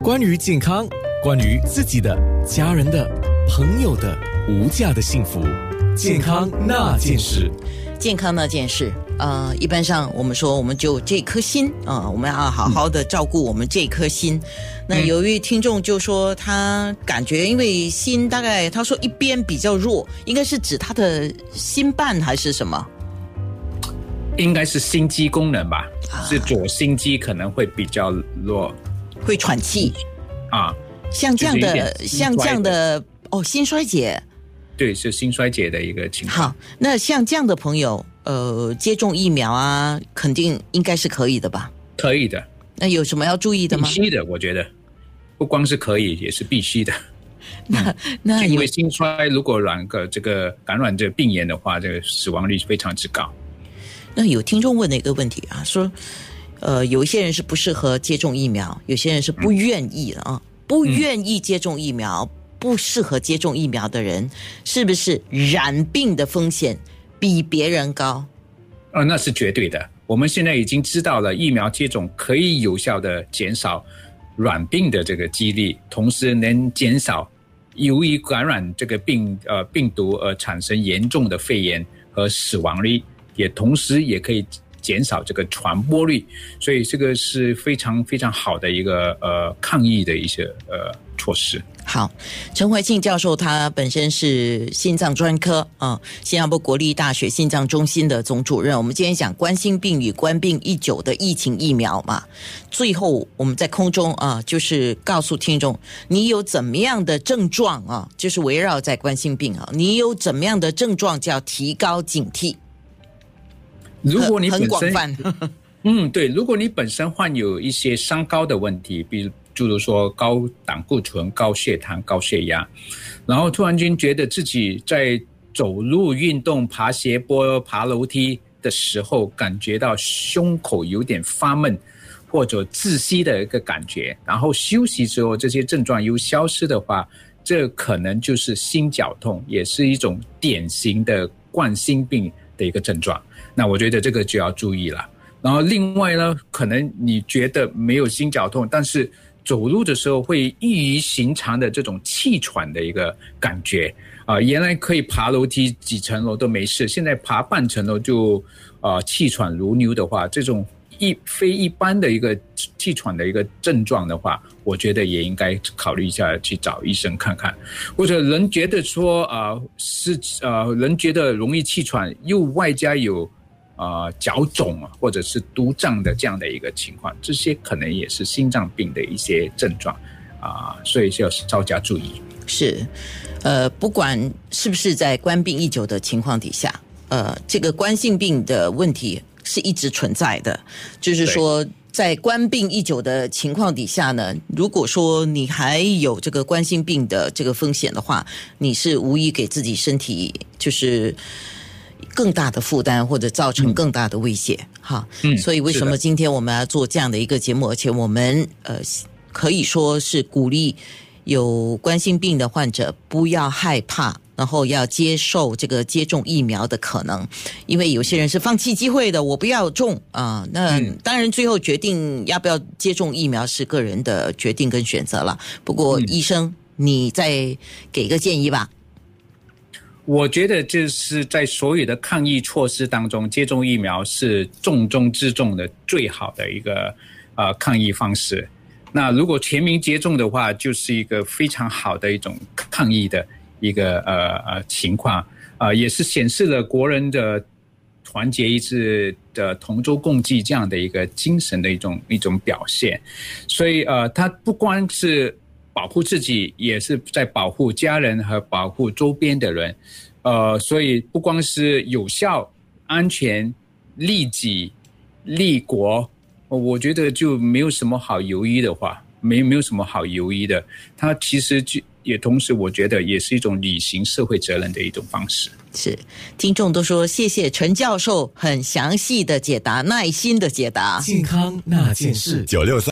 关于健康，关于自己的、家人的、朋友的无价的幸福，健康那件事。 健康那件事，一般上我们说，我们就这颗心我们要好好的照顾我们这颗心。那有一位听众就说，他感觉因为心大概他说一边比较弱，应该是指他的心瓣还是什么？ 应该是心肌功能吧，是左心肌可能会比较弱， 会喘气啊， 像这样的心衰竭。 对，是心衰竭的一个情况。 好，那像这样的朋友，接种疫苗啊，肯定应该是可以的吧？ 可以的。 那有什么要注意的吗？ 必须的，我觉得不光是可以，也是必须的。 那因为心衰如果这个感染这病炎的话，这个死亡率非常之高。 那有听众问的一个问题啊，说，有一些人是不适合接种疫苗，有些人是不愿意的啊，不愿意接种疫苗。不适合接种疫苗的人，是不是染病的风险比别人高？ 那是绝对的。我们现在已经知道了，疫苗接种可以有效的减少染病的这个几率，同时能减少由于感染这个病毒而产生严重的肺炎和死亡率，也同时也可以减少这个传播率，所以这个是非常非常好的一个抗疫的一些措施。 好，陈怀庆教授他本身是心脏专科新加坡国立大学心脏中心的总主任。我们今天讲冠心病与冠病19的疫情疫苗嘛，最后我们在空中就是告诉听众，你有怎么样的症状就是围绕在冠心病你有怎么样的症状就要提高警惕。 如果你本身很广泛对，如果你本身患有一些三高的问题，比如说高胆固醇、高血糖、高血压，然后突然间觉得自己在走路运动、爬斜坡、爬楼梯的时候感觉到胸口有点发闷或者窒息的一个感觉，然后休息之后这些症状又消失的话，这可能就是心绞痛，也是一种典型的冠心病的一个症状。那我觉得这个就要注意了。然后另外呢，可能你觉得没有心绞痛，但是走路的时候会异于寻常的这种气喘的一个感觉原来可以爬楼梯几层楼都没事，现在爬半层楼就气喘如牛的话，这种非一般的一个气喘的一个症状的话，我觉得也应该考虑一下去找医生看看。或者人觉得说人觉得容易气喘又外加有脚肿或者是毒胀的这样的一个情况，这些可能也是心脏病的一些症状所以要稍加注意。 是不管是不是在冠病19的情况底下这个冠心病的问题是一直存在的，就是说在冠病19的情况底下呢，如果说你还有这个冠心病的这个风险的话，你是无疑给自己身体就是更大的负担，或者造成更大的威胁所以为什么今天我们要做这样的一个节目，而且我们可以说是鼓励有冠心病的患者不要害怕，然后要接受这个接种疫苗的可能，因为有些人是放弃机会的，我不要种那当然最后决定要不要接种疫苗是个人的决定跟选择了。不过医生你再给个建议吧。 我觉得就是在所有的抗疫措施当中，接种疫苗是重中之重的最好的一个抗疫方式。那如果全民接种的话，就是一个非常好的一种抗疫的一个情况也是显示了国人的团结一致的同舟共济这样的一个精神的一种表现。所以它不光是保护自己，也是在保护家人和保护周边的人所以不光是有效、安全、利己、利国，我觉得就没有什么好犹豫的话，没有什么好犹豫的。它其实也同时我觉得也是一种履行社会责任的一种方式。 是，听众都说谢谢陈教授很详细的解答，耐心的解答。 健康那件事963